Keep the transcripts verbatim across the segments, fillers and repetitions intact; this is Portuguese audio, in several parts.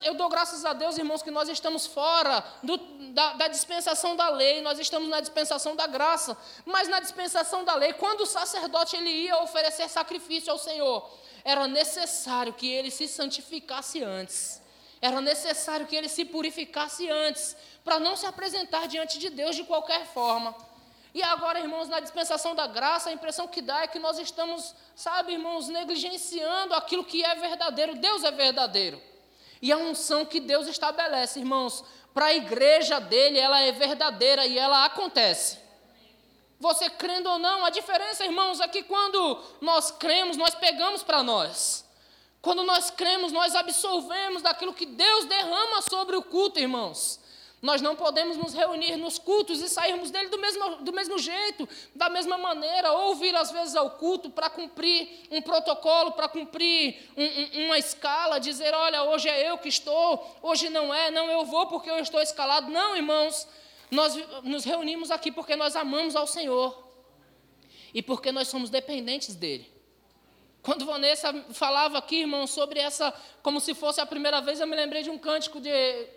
Eu dou graças a Deus, irmãos, que nós estamos fora do, da, da dispensação da lei, nós estamos na dispensação da graça. Mas na dispensação da lei, quando o sacerdote ele ia oferecer sacrifício ao Senhor, era necessário que ele se santificasse antes. Era necessário que ele se purificasse antes, para não se apresentar diante de Deus de qualquer forma. E agora, irmãos, na dispensação da graça, a impressão que dá é que nós estamos, sabe, irmãos, negligenciando aquilo que é verdadeiro. Deus é verdadeiro. E a unção que Deus estabelece, irmãos, para a igreja dele, ela é verdadeira e ela acontece. Você crendo ou não, a diferença, irmãos, é que quando nós cremos, nós pegamos para nós. Quando nós cremos, nós absolvemos daquilo que Deus derrama sobre o culto, irmãos. Nós não podemos nos reunir nos cultos e sairmos dele do mesmo, do mesmo jeito, da mesma maneira, ou vir às vezes ao culto para cumprir um protocolo, para cumprir um, um, uma escala, dizer, olha, hoje é eu que estou, hoje não é, não, eu vou porque eu estou escalado. Não, irmãos, nós nos reunimos aqui porque nós amamos ao Senhor e porque nós somos dependentes dele. Quando Vanessa falava aqui, irmãos, sobre essa, como se fosse a primeira vez, eu me lembrei de um cântico de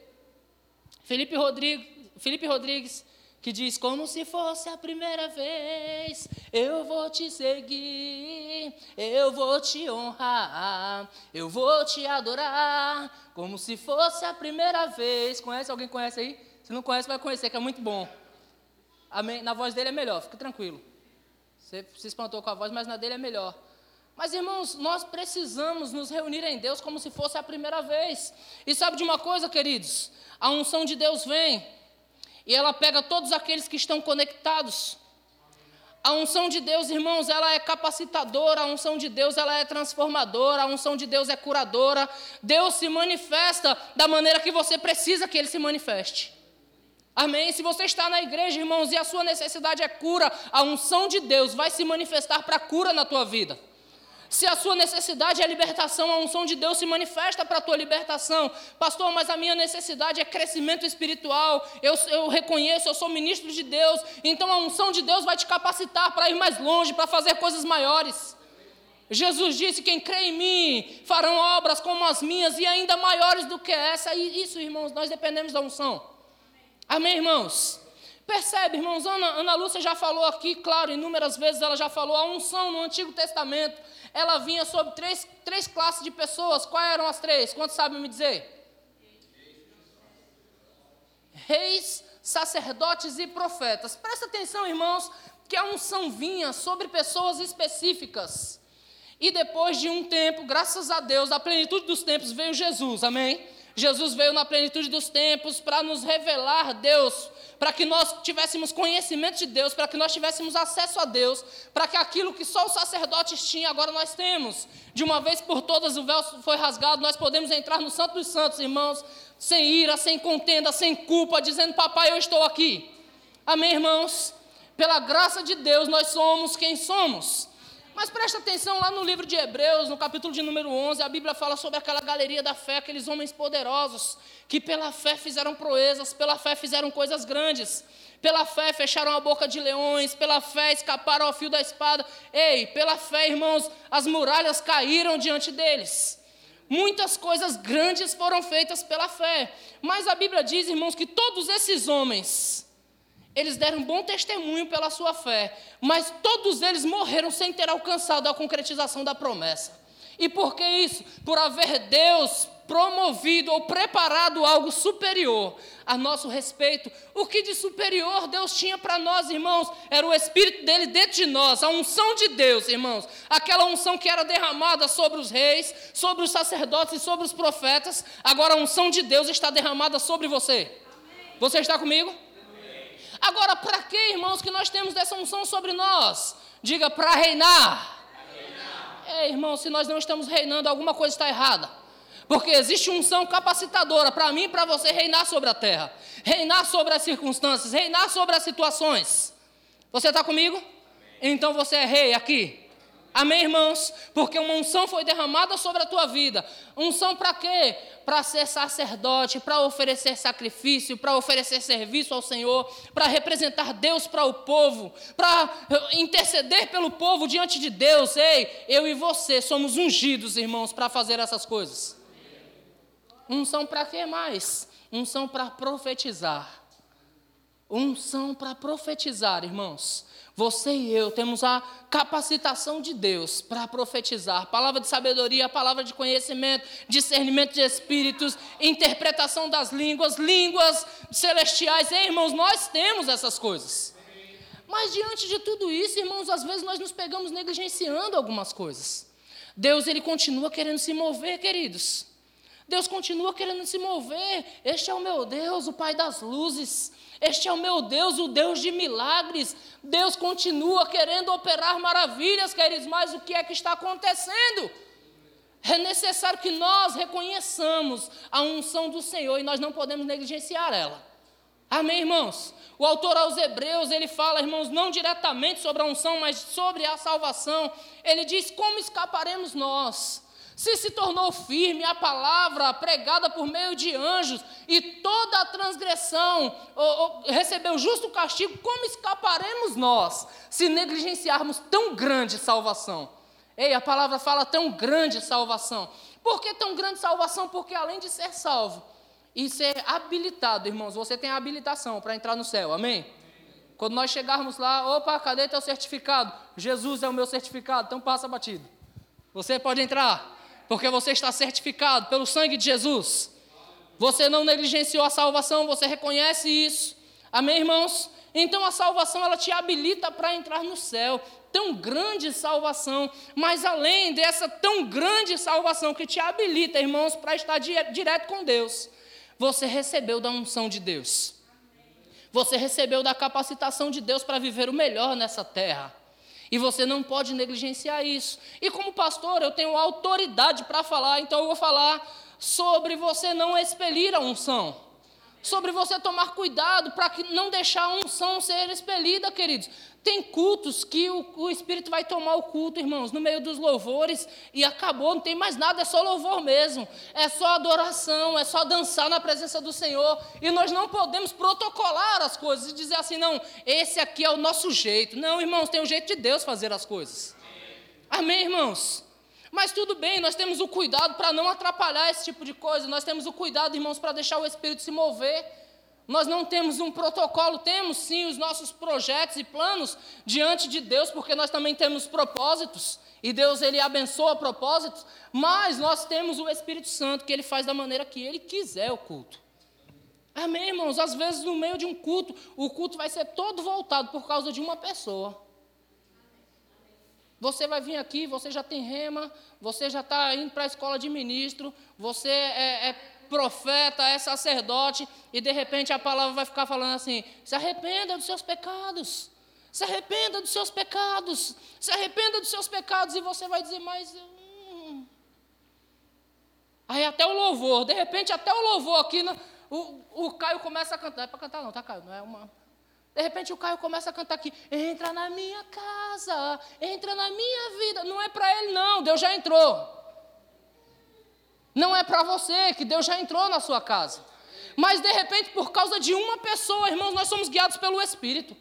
Felipe Rodrigues, Felipe Rodrigues, que diz, como se fosse a primeira vez, eu vou te seguir, eu vou te honrar, eu vou te adorar, como se fosse a primeira vez. Conhece? Alguém conhece aí? Se não conhece, vai conhecer, que é muito bom. Amém? Na voz dele é melhor, fica tranquilo. Você se espantou com a voz, mas na dele é melhor. Mas, irmãos, nós precisamos nos reunir em Deus como se fosse a primeira vez. E sabe de uma coisa, queridos? A unção de Deus vem e ela pega todos aqueles que estão conectados. A unção de Deus, irmãos, ela é capacitadora, a unção de Deus ela é transformadora, a unção de Deus é curadora. Deus se manifesta da maneira que você precisa que Ele se manifeste. Amém? Se você está na igreja, irmãos, e a sua necessidade é cura, a unção de Deus vai se manifestar para cura na tua vida. Se a sua necessidade é libertação, a unção de Deus se manifesta para a tua libertação. Pastor, mas a minha necessidade é crescimento espiritual. Eu, eu reconheço, eu sou ministro de Deus. Então a unção de Deus vai te capacitar para ir mais longe, para fazer coisas maiores. Jesus disse, quem crê em mim, farão obras como as minhas e ainda maiores do que essa. E isso, irmãos, nós dependemos da unção. Amém, irmãos? Percebe, irmãos, Ana, Ana Lúcia já falou aqui, claro, inúmeras vezes ela já falou, a unção no Antigo Testamento, ela vinha sobre três, três classes de pessoas. Quais eram as três? Quantos sabem me dizer? Reis, sacerdotes e profetas. Presta atenção, irmãos, que a unção vinha sobre pessoas específicas. E depois de um tempo, graças a Deus, a plenitude dos tempos veio Jesus, amém? Jesus veio na plenitude dos tempos para nos revelar Deus, para que nós tivéssemos conhecimento de Deus, para que nós tivéssemos acesso a Deus, para que aquilo que só os sacerdotes tinham, agora nós temos. De uma vez por todas o véu foi rasgado, nós podemos entrar no Santo dos Santos, irmãos, sem ira, sem contenda, sem culpa, dizendo, papai, eu estou aqui. Amém, irmãos? Pela graça de Deus, nós somos quem somos. Mas presta atenção, lá no livro de Hebreus, no capítulo de número onze, a Bíblia fala sobre aquela galeria da fé, aqueles homens poderosos, que pela fé fizeram proezas, pela fé fizeram coisas grandes, pela fé fecharam a boca de leões, pela fé escaparam ao fio da espada. Ei, pela fé, irmãos, as muralhas caíram diante deles. Muitas coisas grandes foram feitas pela fé, mas a Bíblia diz, irmãos, que todos esses homens, eles deram bom testemunho pela sua fé, mas todos eles morreram sem ter alcançado a concretização da promessa. E por que isso? Por haver Deus promovido ou preparado algo superior a nosso respeito. O que de superior Deus tinha para nós, irmãos? Era o Espírito dele dentro de nós, a unção de Deus, irmãos. Aquela unção que era derramada sobre os reis, sobre os sacerdotes e sobre os profetas. Agora a unção de Deus está derramada sobre você. Amém. Você está comigo? Agora, para que, irmãos, que nós temos dessa unção sobre nós? Diga, para reinar. reinar. É, irmãos, se nós não estamos reinando, alguma coisa está errada. Porque existe unção capacitadora para mim e para você reinar sobre a terra. Reinar sobre as circunstâncias, reinar sobre as situações. Você está comigo? Amém. Então você é rei aqui. Amém, irmãos? Porque uma unção foi derramada sobre a tua vida. Unção para quê? Para ser sacerdote, para oferecer sacrifício, para oferecer serviço ao Senhor, para representar Deus para o povo, para interceder pelo povo diante de Deus. Ei, eu e você somos ungidos, irmãos, para fazer essas coisas. Unção para quê mais? Unção para profetizar. Unção para profetizar, irmãos. Você e eu temos a capacitação de Deus para profetizar. Palavra de sabedoria, palavra de conhecimento, discernimento de espíritos, interpretação das línguas, línguas celestiais. Ei, irmãos, nós temos essas coisas. Mas diante de tudo isso, irmãos, às vezes nós nos pegamos negligenciando algumas coisas. Deus, Ele continua querendo se mover, queridos. Deus continua querendo se mover. Este é o meu Deus, o Pai das luzes. Este é o meu Deus, o Deus de milagres. Deus continua querendo operar maravilhas, queridos, mas o que é que está acontecendo? É necessário que nós reconheçamos a unção do Senhor e nós não podemos negligenciar ela. Amém, irmãos? O autor aos Hebreus, ele fala, irmãos, não diretamente sobre a unção, mas sobre a salvação. Ele diz, como escaparemos nós? Se se tornou firme a palavra pregada por meio de anjos e toda a transgressão ou, ou, recebeu justo castigo, como escaparemos nós se negligenciarmos tão grande salvação? Ei, a palavra fala tão grande salvação. Por que tão grande salvação? Porque além de ser salvo e ser habilitado, irmãos, você tem a habilitação para entrar no céu, amém? Quando nós chegarmos lá, opa, cadê teu certificado? Jesus é o meu certificado, então passa batido. Você pode entrar. Porque você está certificado pelo sangue de Jesus. Você não negligenciou a salvação, você reconhece isso. Amém, irmãos? Então a salvação, ela te habilita para entrar no céu. Tão grande salvação, mas além dessa tão grande salvação que te habilita, irmãos, para estar di- direto com Deus, você recebeu da unção de Deus. Você recebeu da capacitação de Deus para viver o melhor nessa terra. E você não pode negligenciar isso. E como pastor, eu tenho autoridade para falar, então eu vou falar sobre você não expelir a unção. Sobre você tomar cuidado para que não deixar a unção ser expelida, queridos. Tem cultos que o, o Espírito vai tomar o culto, irmãos, no meio dos louvores, e acabou, não tem mais nada, é só louvor mesmo. É só adoração, é só dançar na presença do Senhor. E nós não podemos protocolar as coisas e dizer assim, não, esse aqui é o nosso jeito. Não, irmãos, tem o jeito de Deus fazer as coisas. Amém, irmãos? Mas tudo bem, nós temos o cuidado para não atrapalhar esse tipo de coisa. Nós temos o cuidado, irmãos, para deixar o Espírito se mover. Nós não temos um protocolo, temos sim os nossos projetos e planos diante de Deus, porque nós também temos propósitos, e Deus, Ele abençoa propósitos, mas nós temos o Espírito Santo, que Ele faz da maneira que Ele quiser o culto. Amém, irmãos? Às vezes, no meio de um culto, o culto vai ser todo voltado por causa de uma pessoa. Você vai vir aqui, você já tem rema, você já está indo para a escola de ministro, você é... é profeta, é sacerdote, e de repente a palavra vai ficar falando assim, se arrependa dos seus pecados, se arrependa dos seus pecados, se arrependa dos seus pecados, e você vai dizer, mas... Hum. Aí até o louvor, de repente até o louvor aqui, no, o, o Caio começa a cantar, não é para cantar não, tá, Caio? Não é uma... De repente o Caio começa a cantar aqui, entra na minha casa, entra na minha vida, não é para ele não, Deus já entrou. Não é para você, que Deus já entrou na sua casa. Mas, de repente, por causa de uma pessoa, irmãos, nós somos guiados pelo Espírito.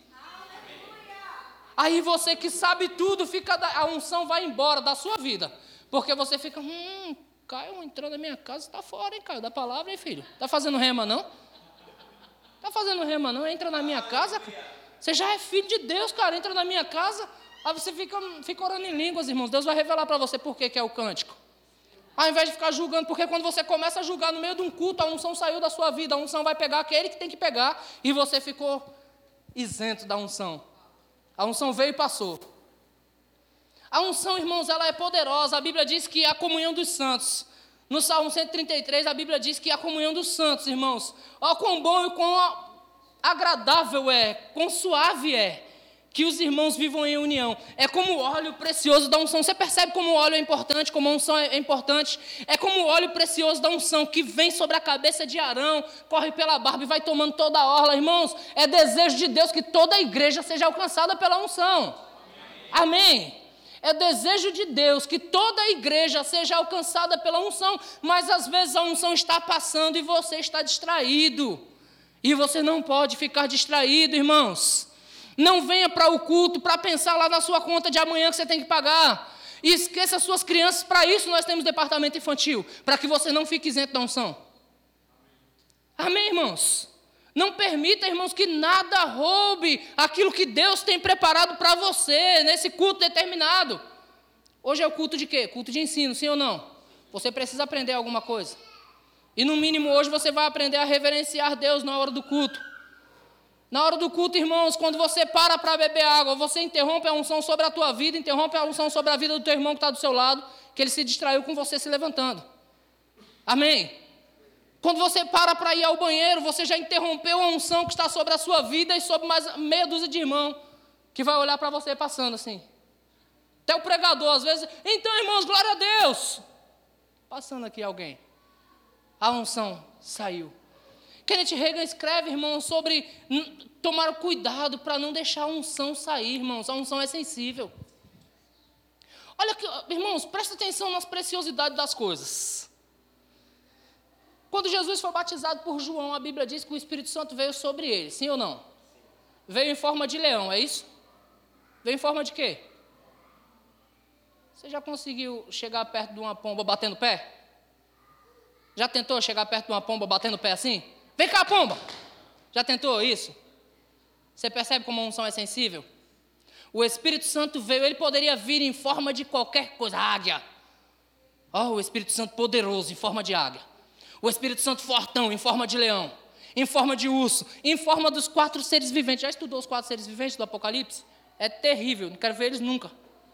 Aí você que sabe tudo, fica da, a unção vai embora da sua vida. Porque você fica, hum, Caio entrou na minha casa, está fora, hein, Caio, da palavra, hein, filho? Está fazendo rema, não? Está fazendo rema, não? Entra na minha casa, você já é filho de Deus, cara, entra na minha casa. Aí você fica, fica orando em línguas, irmãos. Deus vai revelar para você por que que é o cântico. Ao invés de ficar julgando, porque quando você começa a julgar no meio de um culto, a unção saiu da sua vida, a unção vai pegar aquele que tem que pegar, e você ficou isento da unção. A unção veio e passou. A unção, irmãos, ela é poderosa. A Bíblia diz que a comunhão dos santos, no Salmo cento e trinta e três, a Bíblia diz que a comunhão dos santos, irmãos, ó, quão bom e quão agradável é, quão suave é, que os irmãos vivam em união. É como o óleo precioso da unção. Você percebe como o óleo é importante, como a unção é importante? É como o óleo precioso da unção, que vem sobre a cabeça de Arão, corre pela barba e vai tomando toda a orla. Irmãos, é desejo de Deus que toda a igreja seja alcançada pela unção. Amém? É desejo de Deus que toda a igreja seja alcançada pela unção, mas às vezes a unção está passando e você está distraído. E você não pode ficar distraído, irmãos. Não venha para o culto para pensar lá na sua conta de amanhã que você tem que pagar. E esqueça as suas crianças, para isso nós temos departamento infantil, para que você não fique isento da unção. Amém, irmãos? Não permita, irmãos, que nada roube aquilo que Deus tem preparado para você nesse culto determinado. Hoje é o culto de quê? Culto de ensino, sim ou não? Você precisa aprender alguma coisa. E no mínimo hoje você vai aprender a reverenciar Deus na hora do culto. Na hora do culto, irmãos, quando você para para beber água, você interrompe a unção sobre a tua vida, interrompe a unção sobre a vida do teu irmão que está do seu lado, que ele se distraiu com você se levantando. Amém? Quando você para para ir ao banheiro, você já interrompeu a unção que está sobre a sua vida e sobre mais meia dúzia de irmãos que vai olhar para você passando assim. Até o pregador, às vezes, então, irmãos, glória a Deus. Passando aqui alguém. A unção saiu. Kenneth Hagin escreve, irmãos, sobre tomar cuidado para não deixar a unção sair, irmãos. A unção é sensível. Olha aqui, irmãos, presta atenção nas preciosidades das coisas. Quando Jesus foi batizado por João, a Bíblia diz que o Espírito Santo veio sobre ele, sim ou não? Veio em forma de leão, é isso? Veio em forma de quê? Você já conseguiu chegar perto de uma pomba batendo pé? Já tentou chegar perto de uma pomba batendo pé assim? Vem cá, pomba! Já tentou isso? Você percebe como a unção é sensível? O Espírito Santo veio, ele poderia vir em forma de qualquer coisa, águia. Oh, o Espírito Santo poderoso em forma de águia. O Espírito Santo fortão em forma de leão, em forma de urso, em forma dos quatro seres viventes. Já estudou os quatro seres viventes do Apocalipse? É terrível, não quero ver eles nunca.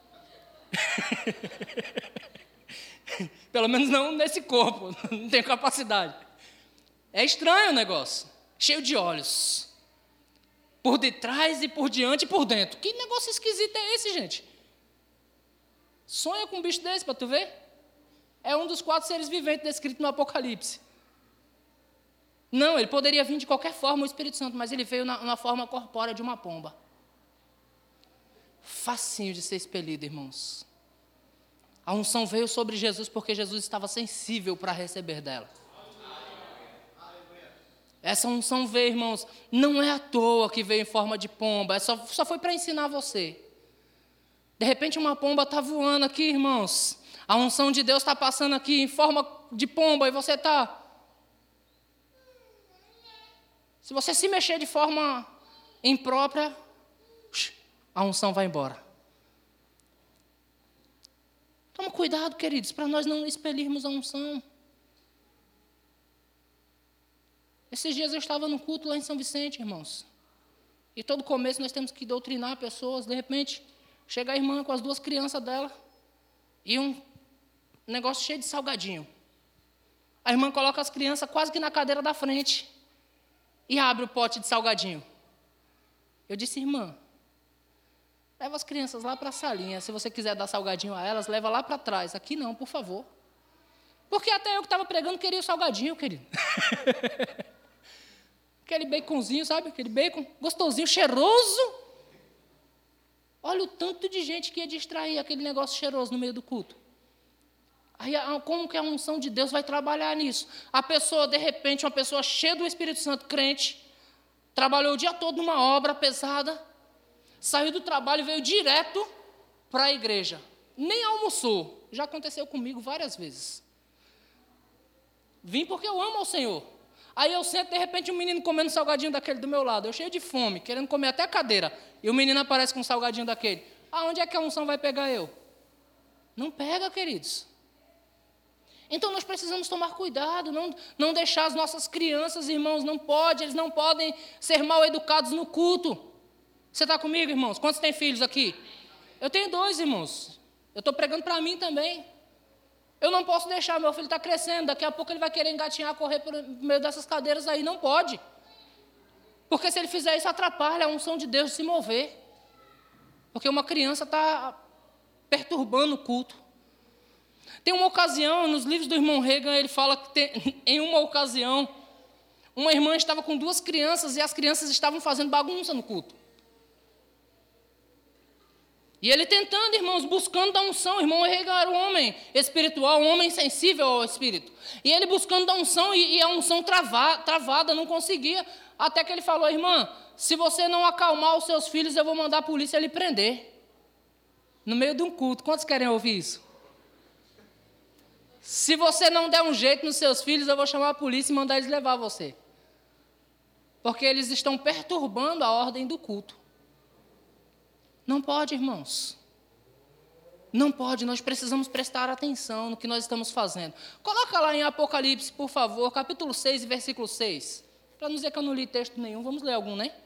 Pelo menos não nesse corpo, não tenho capacidade. É estranho o negócio, cheio de olhos. Por detrás e por diante e por dentro. Que negócio esquisito é esse, gente? Sonha com um bicho desse para tu ver? É um dos quatro seres viventes descrito no Apocalipse. Não, ele poderia vir de qualquer forma, o Espírito Santo, mas ele veio na, na forma corpórea de uma pomba. Facinho de ser expelido, irmãos. A unção veio sobre Jesus porque Jesus estava sensível para receber dela. Essa unção veio, irmãos, não é à toa que veio em forma de pomba, é só, só foi para ensinar você. De repente uma pomba está voando aqui, irmãos. A unção de Deus está passando aqui em forma de pomba e você está... Se você se mexer de forma imprópria, a unção vai embora. Toma cuidado, queridos, para nós não expelirmos a unção. Esses dias eu estava no culto lá em São Vicente, irmãos. E todo começo nós temos que doutrinar pessoas. De repente, chega a irmã com as duas crianças dela e um negócio cheio de salgadinho. A irmã coloca as crianças quase que na cadeira da frente e abre o pote de salgadinho. Eu disse, irmã, leva as crianças lá para a salinha. Se você quiser dar salgadinho a elas, leva lá para trás. Aqui não, por favor. Porque até eu que estava pregando queria o salgadinho, querido. Aquele baconzinho, sabe? Aquele bacon gostosinho, cheiroso. Olha o tanto de gente que ia distrair aquele negócio cheiroso no meio do culto. Aí, como que a unção de Deus vai trabalhar nisso? A pessoa, de repente, uma pessoa cheia do Espírito Santo, crente, trabalhou o dia todo numa obra pesada, saiu do trabalho e veio direto para a igreja. Nem almoçou. Já aconteceu comigo várias vezes. Vim porque eu amo ao Senhor. Aí eu sento, de repente, um menino comendo salgadinho daquele do meu lado. Eu cheio de fome, querendo comer até a cadeira. E o menino aparece com um salgadinho daquele. Aonde é que a unção vai pegar eu? Não pega, queridos. Então nós precisamos tomar cuidado, não, não deixar as nossas crianças, irmãos, não pode, eles não podem ser mal educados no culto. Você está comigo, irmãos? Quantos têm filhos aqui? Eu tenho dois, irmãos. Eu estou pregando para mim também. Eu não posso deixar, meu filho está crescendo, daqui a pouco ele vai querer engatinhar, correr por meio dessas cadeiras aí, não pode. Porque se ele fizer isso, atrapalha a unção de Deus de se mover. Porque uma criança está perturbando o culto. Tem uma ocasião, nos livros do irmão Hagin, ele fala que tem, em uma ocasião, uma irmã estava com duas crianças e as crianças estavam fazendo bagunça no culto. E ele tentando, irmãos, buscando da unção. O irmão Hagin era um homem espiritual, um homem sensível ao Espírito. E ele buscando da unção e, e a unção trava, travada, não conseguia. Até que ele falou, irmã, se você não acalmar os seus filhos, eu vou mandar a polícia lhe prender. No meio de um culto. Quantos querem ouvir isso? Se você não der um jeito nos seus filhos, eu vou chamar a polícia e mandar eles levar você. Porque eles estão perturbando a ordem do culto. Não pode, irmãos. Não pode, nós precisamos prestar atenção no que nós estamos fazendo. Coloca lá em Apocalipse, por favor, capítulo seis, versículo seis. Para não dizer que eu não li texto nenhum, vamos ler algum, né?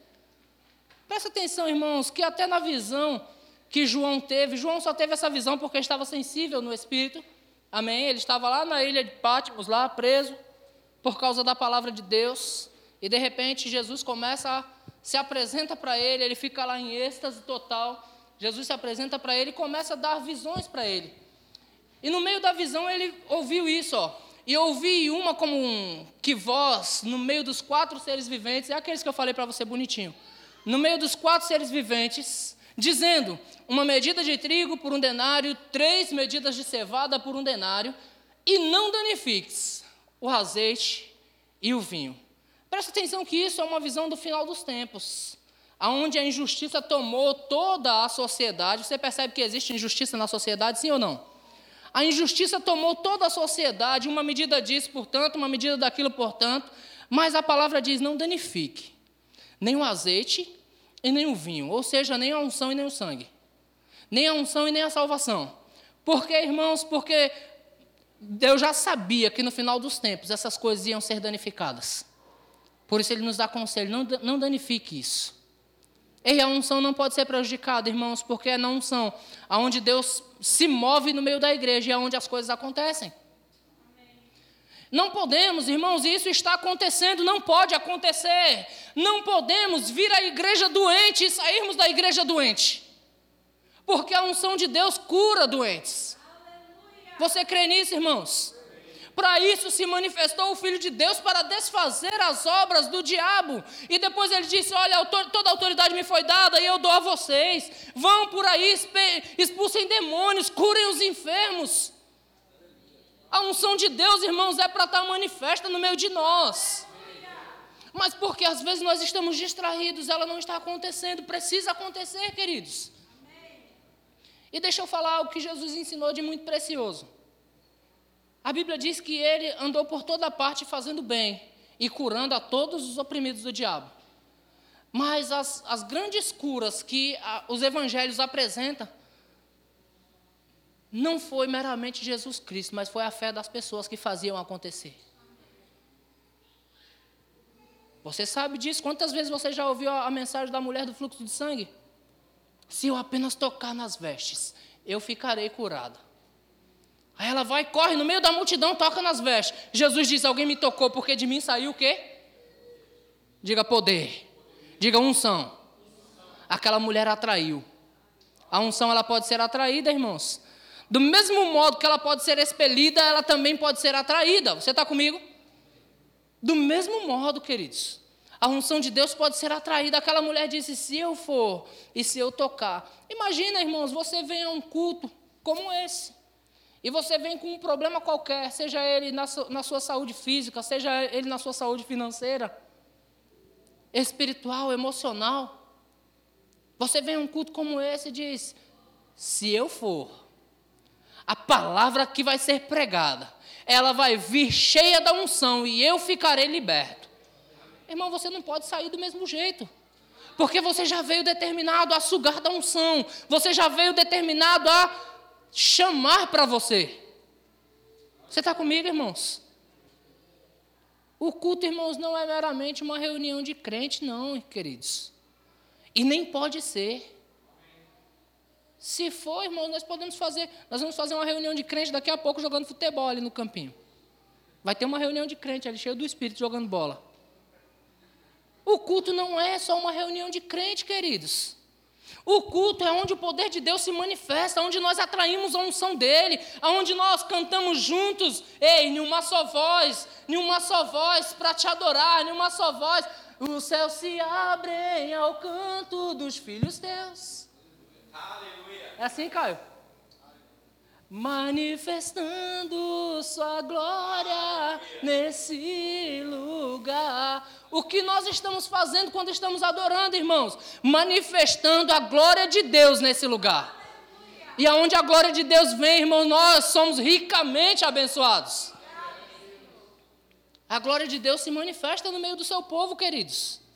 Presta atenção, irmãos, que até na visão que João teve, João só teve essa visão porque estava sensível no Espírito. Amém? Ele estava lá na ilha de Patmos, lá preso, por causa da palavra de Deus. E de repente Jesus começa a, se apresenta para ele, ele fica lá em êxtase total. Jesus se apresenta para ele e começa a dar visões para ele. E no meio da visão ele ouviu isso, ó. E ouvi uma como um, que voz, no meio dos quatro seres viventes, é aqueles que eu falei para você bonitinho. No meio dos quatro seres viventes, dizendo, uma medida de trigo por um denário, três medidas de cevada por um denário, e não danifiques o azeite e o vinho. Presta atenção que isso é uma visão do final dos tempos, onde a injustiça tomou toda a sociedade. Você percebe que existe injustiça na sociedade, sim ou não? A injustiça tomou toda a sociedade, uma medida disso, portanto, uma medida daquilo, portanto, mas a palavra diz, não danifique, nem o azeite e nem o vinho, ou seja, nem a unção e nem o sangue, nem a unção e nem a salvação. Por quê, irmãos? Porque Deus já sabia que no final dos tempos essas coisas iam ser danificadas. Por isso ele nos dá conselho, não, não danifique isso. E a unção não pode ser prejudicada, irmãos, porque é na unção onde Deus se move no meio da igreja e é onde as coisas acontecem. Amém. Não podemos, irmãos, isso está acontecendo, não pode acontecer. Não podemos vir à igreja doente e sairmos da igreja doente. Porque a unção de Deus cura doentes. Aleluia. Você crê nisso, irmãos? Para isso se manifestou o Filho de Deus, para desfazer as obras do diabo. E depois ele disse, olha, toda a autoridade me foi dada e eu dou a vocês. Vão por aí, expulsem demônios, curem os enfermos. A unção de Deus, irmãos, é para estar manifesta no meio de nós. Mas porque às vezes nós estamos distraídos, ela não está acontecendo. Precisa acontecer, queridos. E deixa eu falar o que Jesus ensinou de muito precioso. A Bíblia diz que ele andou por toda parte fazendo bem e curando a todos os oprimidos do diabo. Mas as, as grandes curas que a, os evangelhos apresentam não foi meramente Jesus Cristo, mas foi a fé das pessoas que faziam acontecer. Você sabe disso? Quantas vezes você já ouviu a, a mensagem da mulher do fluxo de sangue? Se eu apenas tocar nas vestes, eu ficarei curada. Aí ela vai, corre no meio da multidão, toca nas vestes. Jesus diz, alguém me tocou, porque de mim saiu o quê? Diga poder. Diga unção. Aquela mulher atraiu. A unção, ela pode ser atraída, irmãos. Do mesmo modo que ela pode ser expelida, ela também pode ser atraída. Você está comigo? Do mesmo modo, queridos. A unção de Deus pode ser atraída. Aquela mulher disse, se eu for e se eu tocar. Imagina, irmãos, você vem a um culto como esse. E você vem com um problema qualquer, seja ele na, su, na sua saúde física, seja ele na sua saúde financeira, espiritual, emocional. Você vem a um culto como esse e diz, se eu for, a palavra que vai ser pregada, ela vai vir cheia da unção e eu ficarei liberto. Irmão, você não pode sair do mesmo jeito. Porque você já veio determinado a sugar da unção. Você já veio determinado a chamar para você. Você está comigo, irmãos? O culto, irmãos, não é meramente uma reunião de crente, não, queridos. E nem pode ser. Se for, irmãos, nós podemos fazer, nós vamos fazer uma reunião de crente daqui a pouco jogando futebol ali no campinho. Vai ter uma reunião de crente ali, cheio do Espírito, jogando bola. O culto não é só uma reunião de crente, queridos. O culto é onde o poder de Deus se manifesta, onde nós atraímos a unção dele, onde nós cantamos juntos, ei, em uma só voz, em uma só voz para te adorar, em uma só voz. Os céus se abrem ao canto dos filhos teus. Aleluia. É assim, Caio? Manifestando sua glória nesse lugar. O que nós estamos fazendo quando estamos adorando, irmãos? Manifestando a glória de Deus nesse lugar. E aonde a glória de Deus vem, irmãos, nós somos ricamente abençoados. A glória de Deus se manifesta no meio do seu povo, queridos.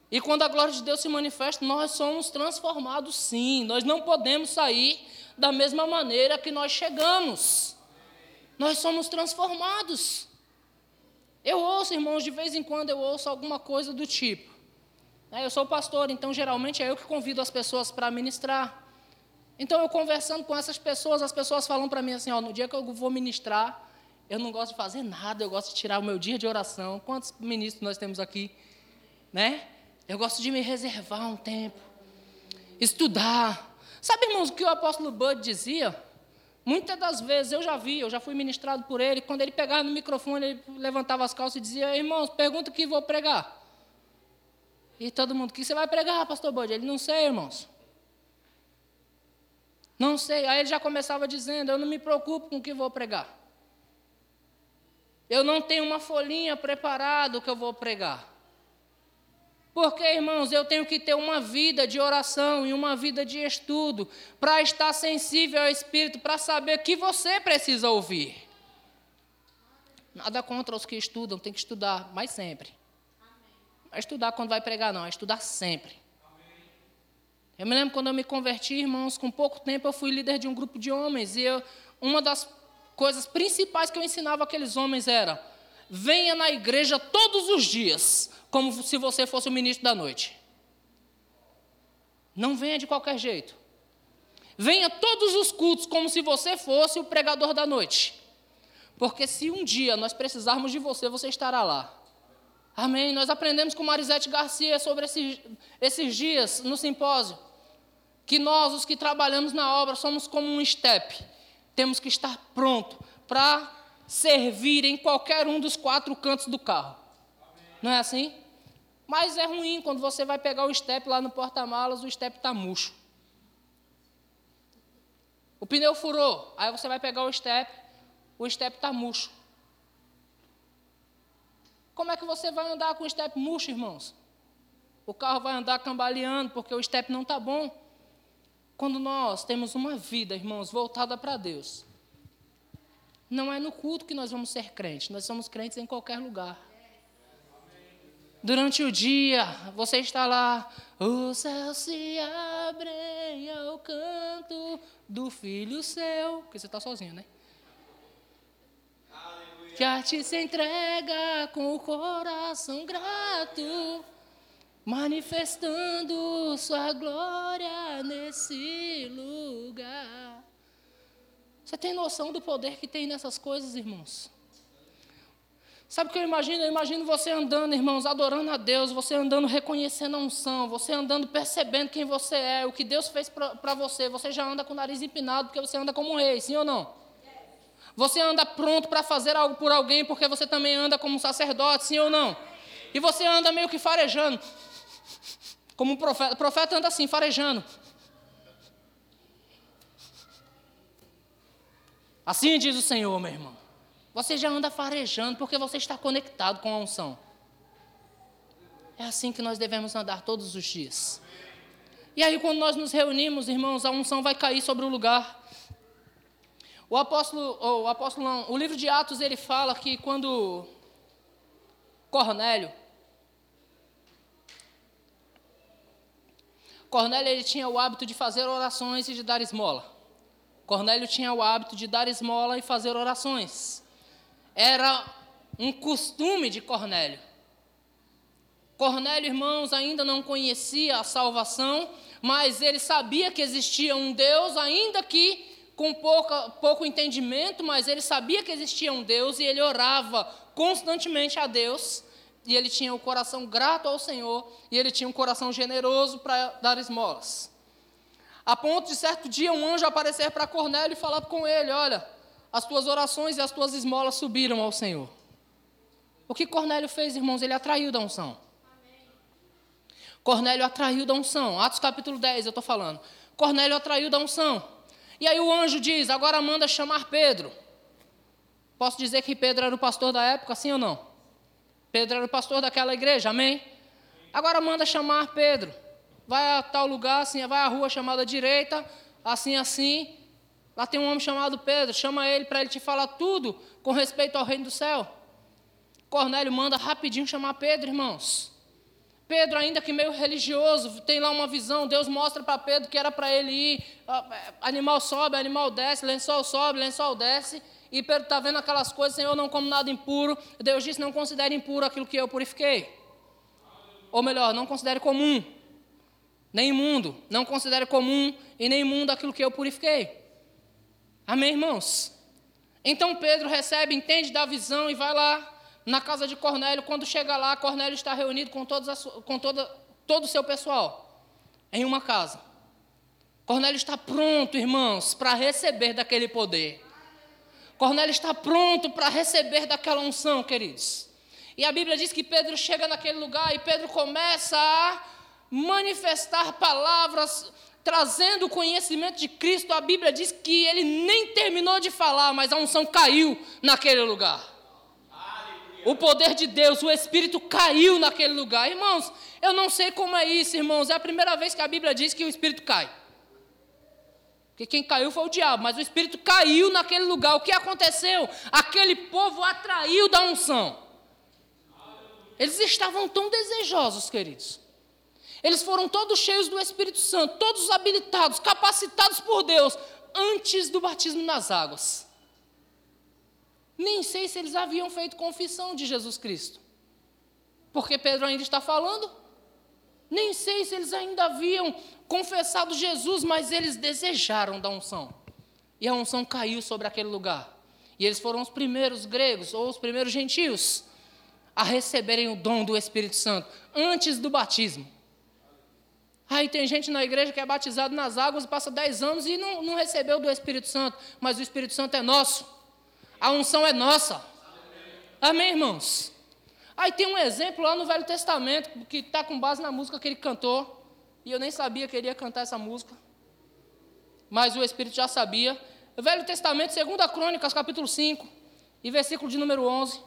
E quando a glória de Deus se manifesta, nós somos transformados sim. Nós não podemos sair da mesma maneira que nós chegamos. Nós somos transformados. Eu ouço, irmãos, de vez em quando eu ouço alguma coisa do tipo. Eu sou pastor, então geralmente é eu que convido as pessoas para ministrar. Então eu conversando com essas pessoas, as pessoas falam para mim assim, ó, no dia que eu vou ministrar, eu não gosto de fazer nada, eu gosto de tirar o meu dia de oração. Quantos ministros nós temos aqui? Né? Eu gosto de me reservar um tempo, estudar. Sabe, irmãos, o que o apóstolo Bud dizia? Muitas das vezes eu já vi, eu já fui ministrado por ele, quando ele pegava no microfone, ele levantava as calças e dizia, irmãos, pergunta o que vou pregar. E todo mundo, o que você vai pregar, pastor Bud? Ele, não sei, irmãos. Não sei. Aí ele já começava dizendo, eu não me preocupo com o que vou pregar. Eu não tenho uma folhinha preparada que eu vou pregar. Porque, irmãos, eu tenho que ter uma vida de oração e uma vida de estudo para estar sensível ao Espírito, para saber o que você precisa ouvir. Nada contra os que estudam, tem que estudar, mas sempre. Não é estudar quando vai pregar, não, é estudar sempre. Eu me lembro quando eu me converti, irmãos, com pouco tempo eu fui líder de um grupo de homens, e eu, uma das coisas principais que eu ensinava aqueles homens era, venha na igreja todos os dias, como se você fosse o ministro da noite. Não venha de qualquer jeito. Venha todos os cultos como se você fosse o pregador da noite. Porque se um dia nós precisarmos de você, você estará lá. Amém? Nós aprendemos com Marisete Garcia sobre esses, esses dias no simpósio, que nós, os que trabalhamos na obra, somos como um estepe. Temos que estar pronto para servir em qualquer um dos quatro cantos do carro. Não é assim? Mas é ruim quando você vai pegar o estepe lá no porta-malas, o estepe está murcho. O pneu furou, aí você vai pegar o estepe, o estepe está murcho. Como é que você vai andar com o estepe murcho, irmãos? O carro vai andar cambaleando porque o estepe não está bom. Quando nós temos uma vida, irmãos, voltada para Deus, não é no culto que nós vamos ser crentes, nós somos crentes em qualquer lugar. Durante o dia, você está lá, o céu se abre ao canto do filho seu, porque você está sozinho, né? Aleluia. Que a ti se entrega com o coração grato, manifestando sua glória nesse lugar. Você tem noção do poder que tem nessas coisas, irmãos? Sabe o que eu imagino? Eu imagino você andando, irmãos, adorando a Deus, você andando reconhecendo a unção, você andando percebendo quem você é, o que Deus fez para você. Você já anda com o nariz empinado porque você anda como um rei, sim ou não? Você anda pronto para fazer algo por alguém porque você também anda como um sacerdote, sim ou não? E você anda meio que farejando, como um profeta. O profeta anda assim, farejando. Assim diz o Senhor, meu irmão. Você já anda farejando porque você está conectado com a unção. É assim que nós devemos andar todos os dias. E aí, quando nós nos reunimos, irmãos, a unção vai cair sobre o lugar. O apóstolo, o apóstolo não, o livro de Atos, ele fala que quando Cornélio, Cornélio ele tinha o hábito de fazer orações e de dar esmola. Cornélio tinha o hábito de dar esmola e fazer orações. Era um costume de Cornélio. Cornélio, irmãos, ainda não conhecia a salvação, mas ele sabia que existia um Deus, ainda que com pouca, pouco entendimento, mas ele sabia que existia um Deus e ele orava constantemente a Deus, e ele tinha o coração grato ao Senhor, e ele tinha um coração generoso para dar esmolas. A ponto de certo dia um anjo aparecer para Cornélio e falar com ele, olha, as tuas orações e as tuas esmolas subiram ao Senhor. O que Cornélio fez, irmãos? Ele atraiu da unção. Amém. Cornélio atraiu da unção. Atos capítulo dez, eu estou falando. Cornélio atraiu da unção. E aí o anjo diz, agora manda chamar Pedro. Posso dizer que Pedro era o pastor da época, sim ou não? Pedro era o pastor daquela igreja, amém? Agora manda chamar Pedro. Vai a tal lugar, assim, vai à rua chamada direita, assim, assim. Lá tem um homem chamado Pedro, chama ele para ele te falar tudo com respeito ao reino do céu. Cornélio manda rapidinho chamar Pedro, irmãos. Pedro, ainda que meio religioso, tem lá uma visão, Deus mostra para Pedro que era para ele ir, animal sobe, animal desce, lençol sobe, lençol desce, e Pedro está vendo aquelas coisas, Senhor, eu não como nada impuro, Deus disse, não considere impuro aquilo que eu purifiquei, ou melhor, não considere comum, nem imundo, não considere comum e nem imundo aquilo que eu purifiquei. Amém, irmãos? Então Pedro recebe, entende da visão e vai lá na casa de Cornélio. Quando chega lá, Cornélio está reunido com, todas as, com toda, todo o seu pessoal em uma casa. Cornélio está pronto, irmãos, para receber daquele poder. Cornélio está pronto para receber daquela unção, queridos. E a Bíblia diz que Pedro chega naquele lugar e Pedro começa a manifestar palavras, trazendo o conhecimento de Cristo. A Bíblia diz que ele nem terminou de falar, mas a unção caiu naquele lugar. O poder de Deus, o Espírito caiu naquele lugar. Irmãos, eu não sei como é isso, irmãos. É a primeira vez que a Bíblia diz que o Espírito cai. Porque quem caiu foi o diabo, mas o Espírito caiu naquele lugar. O que aconteceu? Aquele povo atraiu da unção. Eles estavam tão desejosos, queridos. Eles foram todos cheios do Espírito Santo, todos habilitados, capacitados por Deus, antes do batismo nas águas. Nem sei se eles haviam feito confissão de Jesus Cristo, porque Pedro ainda está falando. Nem sei se eles ainda haviam confessado Jesus, mas eles desejaram da unção. E a unção caiu sobre aquele lugar. E eles foram os primeiros gregos, ou os primeiros gentios, a receberem o dom do Espírito Santo, antes do batismo. Aí tem gente na igreja que é batizado nas águas, passa dez anos e não, não recebeu do Espírito Santo, mas o Espírito Santo é nosso. A unção é nossa. Amém, irmãos? Aí tem um exemplo lá no Velho Testamento, que está com base na música que ele cantou, e eu nem sabia que ele ia cantar essa música, mas o Espírito já sabia. O Velho Testamento, segunda Crônicas, capítulo cinco, e versículo de número onze.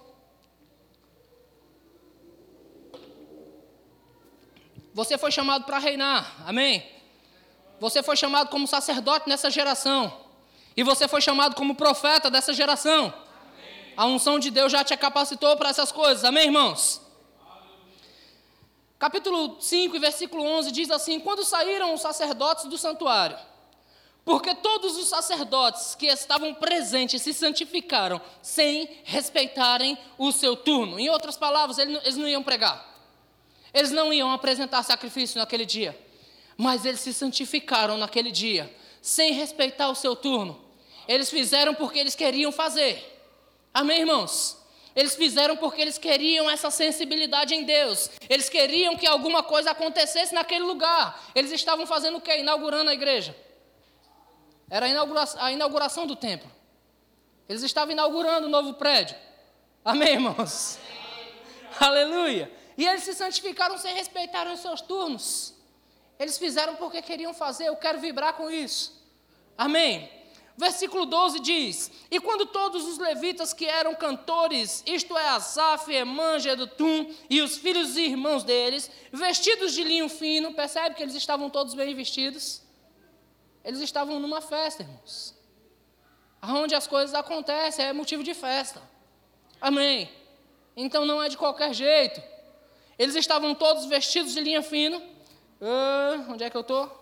Você foi chamado para reinar, amém? Você foi chamado como sacerdote nessa geração. E você foi chamado como profeta dessa geração. Amém. A unção de Deus já te capacitou para essas coisas, amém, irmãos? Amém. Capítulo cinco, versículo onze, diz assim: quando saíram os sacerdotes do santuário, porque todos os sacerdotes que estavam presentes se santificaram, sem respeitarem o seu turno. Em outras palavras, eles não iam pregar. Eles não iam apresentar sacrifício naquele dia, mas eles se santificaram naquele dia, sem respeitar o seu turno. Eles fizeram porque eles queriam fazer. Amém, irmãos? Eles fizeram porque eles queriam essa sensibilidade em Deus. Eles queriam que alguma coisa acontecesse naquele lugar. Eles estavam fazendo o quê? Inaugurando a igreja. Era a inauguração, a inauguração do templo. Eles estavam inaugurando o novo prédio. Amém, irmãos? Aleluia! E eles se santificaram sem respeitar os seus turnos. Eles fizeram porque queriam fazer. Eu quero vibrar com isso. Amém? Versículo doze diz: e quando todos os levitas que eram cantores, isto é, Asaf, Emã, Jedutum e os filhos e irmãos deles, vestidos de linho fino, percebe que eles estavam todos bem vestidos? Eles estavam numa festa, irmãos. Onde as coisas acontecem, é motivo de festa. Amém? Então não é de qualquer jeito. Eles estavam todos vestidos de linho fino. Uh, onde é que eu estou?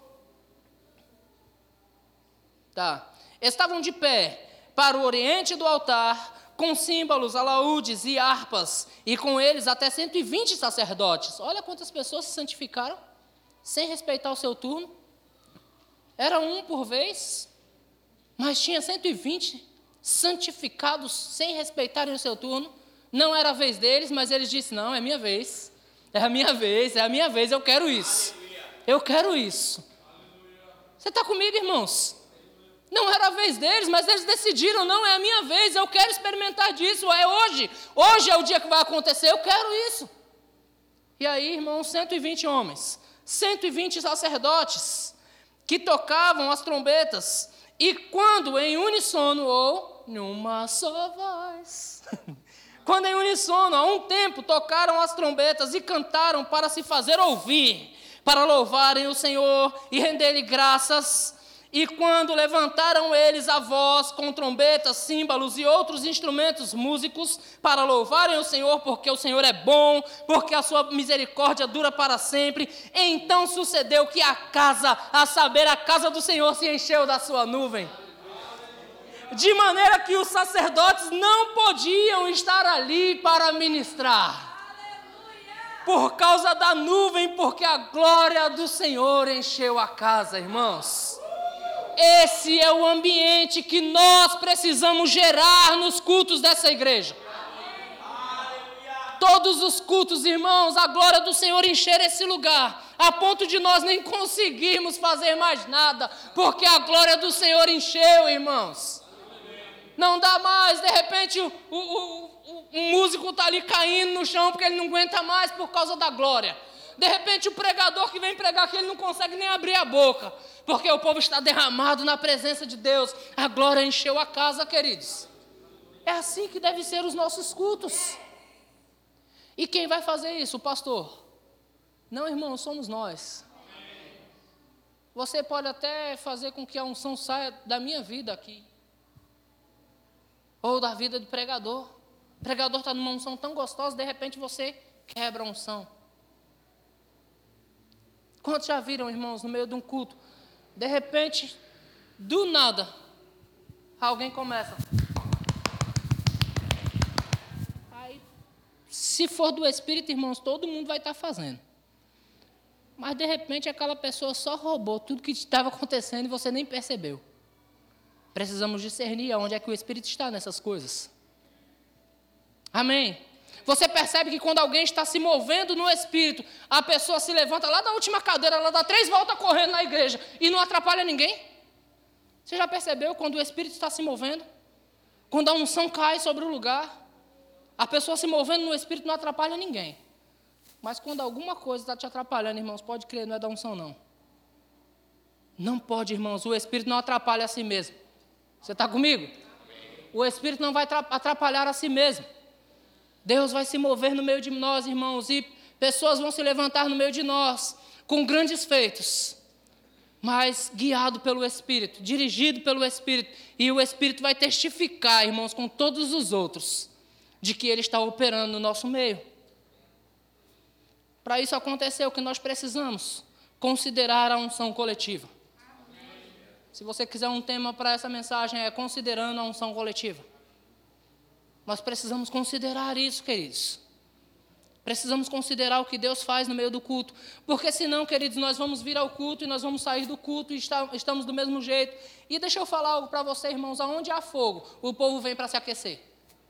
Tá. Estavam de pé para o oriente do altar, com símbolos, alaúdes e harpas, e com eles até cento e vinte sacerdotes. Olha quantas pessoas se santificaram, sem respeitar o seu turno. Era um por vez, mas tinha cento e vinte santificados, sem respeitarem o seu turno. Não era a vez deles, mas eles disseram: não, é minha vez, é a minha vez, é a minha vez, eu quero isso. Eu quero isso. Você está comigo, irmãos? Não era a vez deles, mas eles decidiram: não, é a minha vez, eu quero experimentar disso, é hoje. Hoje é o dia que vai acontecer, eu quero isso. E aí, irmãos, cento e vinte homens, cento e vinte sacerdotes, que tocavam as trombetas, e quando em unissono, ou numa só voz, quando em unissono, a um tempo, tocaram as trombetas e cantaram para se fazer ouvir, para louvarem o Senhor e render-lhe graças. E quando levantaram eles a voz com trombetas, símbolos e outros instrumentos músicos para louvarem o Senhor, porque o Senhor é bom, porque a sua misericórdia dura para sempre, então sucedeu que a casa, a saber, a casa do Senhor se encheu da sua nuvem. De maneira que os sacerdotes não podiam estar ali para ministrar. Por causa da nuvem, porque a glória do Senhor encheu a casa, irmãos. Esse é o ambiente que nós precisamos gerar nos cultos dessa igreja. Todos os cultos, irmãos, a glória do Senhor encher esse lugar, a ponto de nós nem conseguirmos fazer mais nada, porque a glória do Senhor encheu, irmãos. Não dá mais, de repente o, o, o, o músico está ali caindo no chão porque ele não aguenta mais por causa da glória. De repente o pregador que vem pregar aqui, ele não consegue nem abrir a boca, porque o povo está derramado na presença de Deus. A glória encheu a casa, queridos. É assim que devem ser os nossos cultos. E quem vai fazer isso? O pastor? Não, irmão, somos nós. Você pode até fazer com que a unção saia da minha vida aqui, ou da vida do pregador. O pregador está numa unção tão gostosa, de repente você quebra a unção. Quantos já viram, irmãos, no meio de um culto, de repente, do nada, alguém começa. Aí, se for do Espírito, irmãos, todo mundo vai estar fazendo. Mas, de repente, aquela pessoa só roubou tudo que estava acontecendo e você nem percebeu. Precisamos discernir onde é que o Espírito está nessas coisas. Amém? Você percebe que quando alguém está se movendo no Espírito, a pessoa se levanta lá da última cadeira, ela dá três voltas correndo na igreja e não atrapalha ninguém? Você já percebeu quando o Espírito está se movendo? Quando a unção cai sobre o lugar, a pessoa se movendo no Espírito não atrapalha ninguém. Mas quando alguma coisa está te atrapalhando, irmãos, pode crer, não é da unção não. Não pode, irmãos, o Espírito não atrapalha a si mesmo. Você está comigo? O Espírito não vai atrapalhar a si mesmo. Deus vai se mover no meio de nós, irmãos, e pessoas vão se levantar no meio de nós, com grandes feitos, mas guiado pelo Espírito, dirigido pelo Espírito, e o Espírito vai testificar, irmãos, com todos os outros, de que Ele está operando no nosso meio. Para isso acontecer, o que nós precisamos? Considerar a unção coletiva. Se você quiser um tema para essa mensagem, é considerando a unção coletiva. Nós precisamos considerar isso, queridos. Precisamos considerar o que Deus faz no meio do culto. Porque senão, queridos, nós vamos vir ao culto e nós vamos sair do culto e está, estamos do mesmo jeito. E deixa eu falar algo para você, irmãos. Aonde há fogo, o povo vem para se aquecer.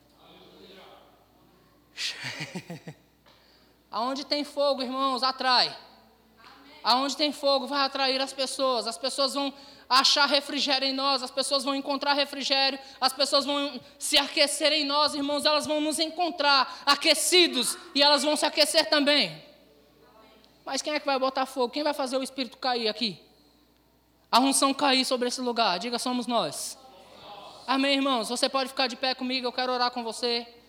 Aonde tem fogo, irmãos, atrai. Aonde tem fogo, vai atrair as pessoas. As pessoas vão achar refrigério em nós, as pessoas vão encontrar refrigério, as pessoas vão se aquecer em nós, irmãos, elas vão nos encontrar aquecidos e elas vão se aquecer também. Mas quem é que vai botar fogo? Quem vai fazer o Espírito cair aqui? A unção cair sobre esse lugar? Diga, somos nós. Amém, irmãos? Você pode ficar de pé comigo, eu quero orar com você.